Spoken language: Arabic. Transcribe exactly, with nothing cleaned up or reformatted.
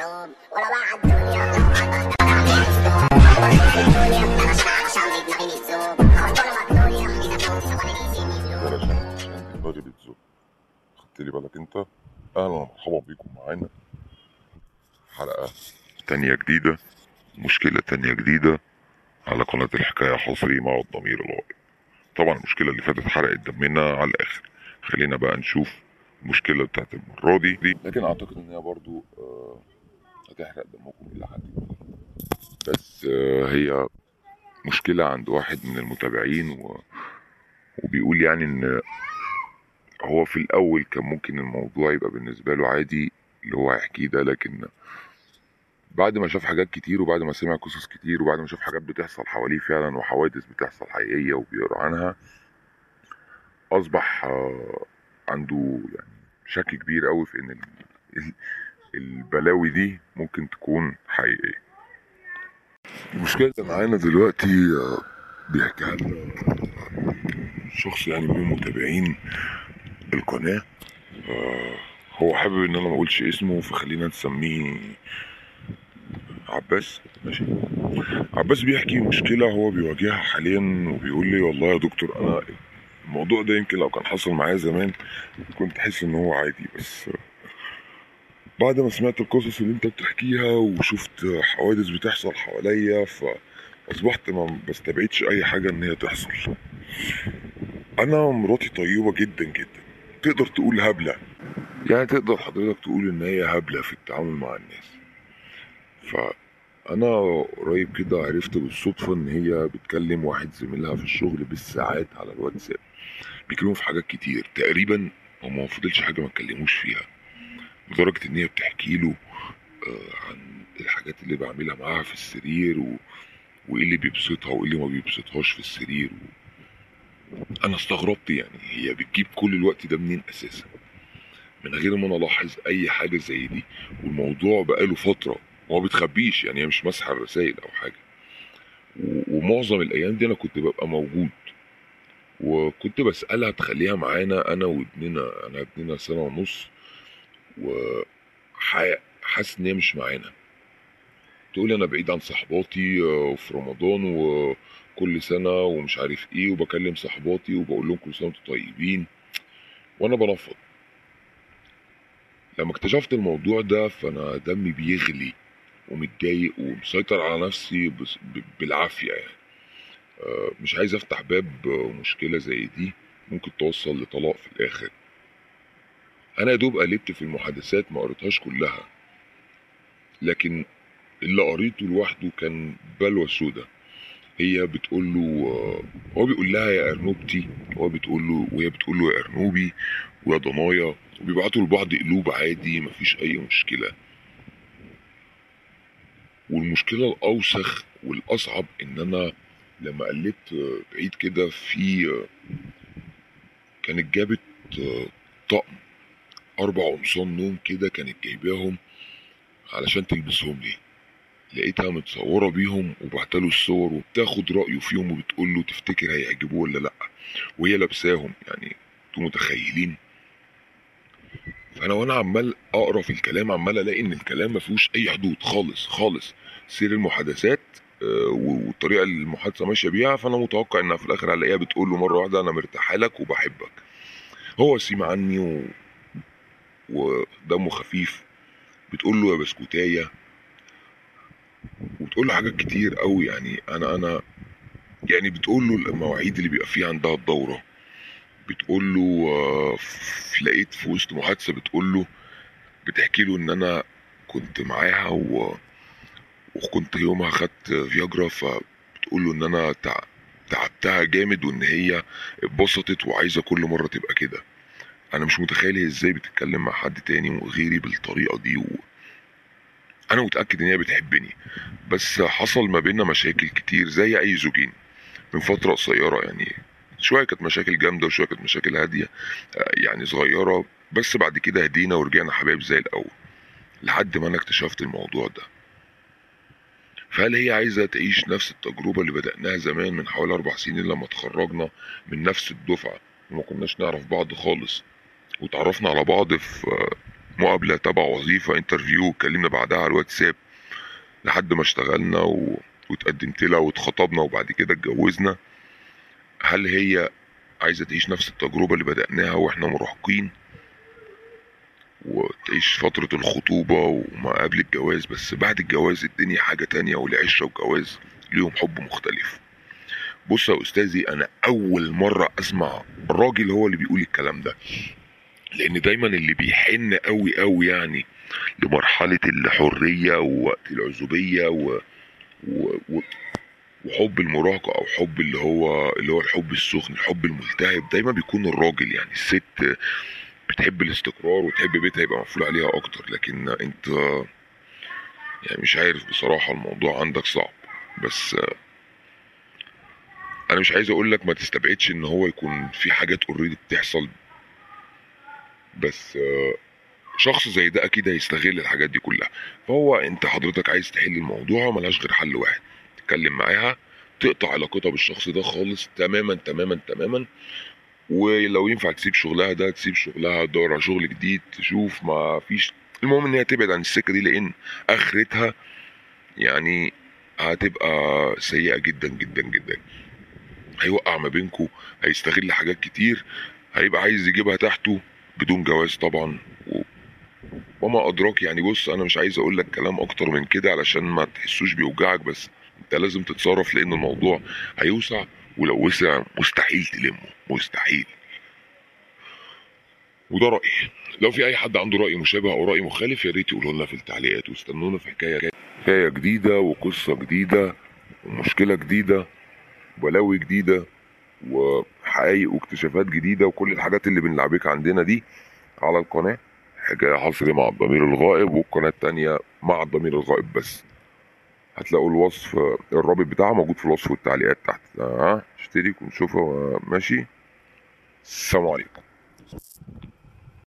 متعوب ولا بعد الدنيا الدنيا انا شعب شعب دماغي بتزوب خلصانه مقدونيا اذا كنت سوالي يسيني ولا عشان عشان دماغي بتزق. خدت لي بالك انت؟ اهلا ومرحبا بيكم معانا حلقة تانية جديدة، مشكلة تانية جديدة على قناة الحكاية حصري مع الضمير الغائب. طبعا المشكلة اللي فاتت حرقت دمنا على الآخر، خلينا بقى نشوف المشكلة بتاعت المرة دي, دي. لكن أعتقد إن هي برضو آه هتحرق دمكم إلى حد ما، بس آه هي مشكلة عند واحد من المتابعين و... وبيقول يعني إن هو في الأول كان ممكن الموضوع يبقى بالنسبة له عادي اللي هو هيحكيه ده، لكن بعد ما شاف حاجات كتير وبعد ما سمع قصص كتير وبعد ما شاف حاجات بتحصل حواليه فعلا وحوادث بتحصل حقيقية وبيقرا عنها، أصبح عنده يعني شك كبير قوي في إن البلاوي دي ممكن تكون حقيقية. المشكلة اللي معانا دلوقتي بيحكيها لنا شخص يعني من متابعين القناة، هو حابب إن أنا ما أقولش اسمه فخلينا نسميه عباس. ماشي، عباس بيحكي مشكلة هو بيواجهها حاليا وبيقول لي والله يا دكتور أنا الموضوع ده يمكن لو كان حصل معايا زمان كنت حاسس إن هو عادي، بس بعد ما سمعت القصص اللي أنت بتحكيها وشفت حوادث بتحصل حواليا فأصبحت ما بستبعدش أي حاجة إن هي تحصل. أنا مراتي طيبة جدا جدا، تقدر تقول هبلة، يعني تقدر حضرتك تقول إن هي هبلة في التعامل مع الناس. ف انا قريب كده عرفت بالصدفه ان هي بتكلم واحد زميلها في الشغل بالساعات على الواتساب، بيكلموا في حاجات كتير تقريبا وما ما فضلش حاجه ما اتكلموش فيها، لدرجه ان هي بتحكي له آه عن الحاجات اللي بعملها معاها في السرير و... وايه اللي بيبسطها وايه اللي ما بيبسطهاش في السرير و... انا استغربت يعني هي بتجيب كل الوقت ده منين اساسا من غير ما انا الاحظ اي حاجه زي دي، والموضوع بقاله فتره وما بتخبيش، يعني هي مش ماسحه الرسائل او حاجه. ومعظم الايام دي انا كنت ببقى موجود وكنت بسالها تخليها معانا انا وابننا، انا ابننا سنه ونص وحاسس ان هي مش معانا. تقول انا بعيد عن صحباتي وفي رمضان وكل سنه ومش عارف ايه، وبكلم صحباتي وبقول لهم كل سنه وانتم طيبين وانا بنفض. لما اكتشفت الموضوع ده فانا دمي بيغلي ومتضايق ومسيطر على نفسي بالعافيه، يعني مش عايز افتح باب مشكله زي دي ممكن توصل لطلاق في الاخر. انا يا دوب قلبت في المحادثات ما قريتهاش كلها، لكن اللي قريته لوحده كان بلوى سودا. هي بتقول له هو بيقول لها يا ارنوبتي، هو بتقول له وهي بتقول له يا ارنوبي ويا ضنايا، وبيبعتوا لبعض قلوب عادي مفيش اي مشكله. والمشكله الاوسخ والاصعب ان انا لما قلبت بعيد كده في كانت جابت طقم اربع قمصان نوم كده، كانت جايباهم علشان تلبسهم لي. لقيتها متصوره بيهم وبعتله الصور وبتاخد رايه فيهم وبتقول له تفتكر هيعجبوه ولا لا، وهي لابساهم. يعني انتوا متخيلين؟ فانا وانا عمال اقرا في الكلام عمال الاقي ان الكلام ما فيهوش اي حدود خالص خالص، سير المحادثات والطريقه اللي المحادثه ماشيه بيها. فانا متوقع انها في الاخر هلاقيها بتقول له مره واحده انا مرتاحه لك وبحبك. هو سيما عني و... ودمه خفيف، بتقول له يا بسكوتايه، وبتقول له حاجات كتير قوي. يعني انا انا يعني بتقول له المواعيد اللي بيبقى فيها عندها الدوره، بتقول له آه لقيت في وسط محادثه بتقول له بتحكي له ان انا كنت معاها و... وكنت يومها خدت فياجرا، فبتقول له ان انا تع... تعبتها جامد وان هي اتبسطت وعايزه كل مره تبقى كده. انا مش متخيل هي ازاي بتتكلم مع حد تاني غيري بالطريقه دي، و... انا متاكد ان هي بتحبني، بس حصل ما بيننا مشاكل كتير زي اي زوجين من فتره قصيره. يعني شويه كانت مشاكل جامده وشويه كانت مشاكل هاديه يعني صغيره، بس بعد كده هدينا ورجعنا حبايب زي الاول لحد ما انا اكتشفت الموضوع ده. فهل هي عايزه تعيش نفس التجربه اللي بدأناها زمان من حوالي اربع سنين لما اتخرجنا من نفس الدفعه وما كناش نعرف بعض خالص، وتعرفنا على بعض في مقابله تبع وظيفه انترفيو، اتكلمنا بعدها على الواتساب لحد ما اشتغلنا و... واتقدمت لها واتخطبنا وبعد كده اتجوزنا. هل هي عايزه تعيش نفس التجربه اللي بدأناها واحنا مراهقين وتعيش فترة الخطوبة وما قبل الجواز، بس بعد الجواز الدنيا حاجة تانية والعشرة والجواز ليهم حب مختلف؟ بص يا أستاذي، أنا أول مرة أسمع الراجل هو اللي بيقول الكلام ده، لأن دايما اللي بيحن قوي قوي يعني لمرحلة الحرية ووقت العزوبية و... و... و... وحب المراهقة أو حب اللي هو اللي هو الحب السخن، الحب الملتهب، دايما بيكون الراجل. يعني الست بتحب الاستقرار وتحب بيتها يبقى مقفول عليها اكتر، لكن انت يعني مش عارف بصراحة، الموضوع عندك صعب. بس انا مش عايز اقول لك ما تستبعدش ان هو يكون في حاجات اوريدي بتحصل، بس شخص زي ده اكيد هيستغل الحاجات دي كلها. فهو انت حضرتك عايز تحل الموضوع، ملهاش غير حل واحد، تتكلم معاها، تقطع علاقتها بالشخص ده خالص تماما تماما تماما، ولو ينفع تسيب شغلها ده تسيب شغلها، تدور على شغل جديد، تشوف ما فيش، المهم ان هي تبعد عن السكه دي، لان اخرتها يعني هتبقى سيئه جدا جدا جدا. هيوقع ما بينكو، هيستغل حاجات كتير، هيبقى عايز يجيبها تحته بدون جواز طبعا و... وما ادراك. يعني بص، انا مش عايز اقول لك كلام اكتر من كده علشان ما تحسوش بيوجعك، بس انت لازم تتصرف لان الموضوع هيوسع، ولو وسع مستحيل تلمه، مستحيل. وده رأيي. لو في أي حد عنده رأي مشابه أو رأي مخالف يا ريت يقوله لنا في التعليقات، واستنونا في حكاية حكاية جديدة وقصة جديدة ومشكلة جديدة وبلاوي جديدة وحقايق واكتشافات جديدة وكل الحاجات اللي بنلعبك عندنا دي على القناة. حكاية حصري مع الضمير الغائب، والقناة التانية مع الضمير الغائب بس. هتلاقوا الوصف، الرابط بتاعها موجود في الوصف والتعليقات تحت. ها اشترك ونشوفها. ماشي، السلام عليكم.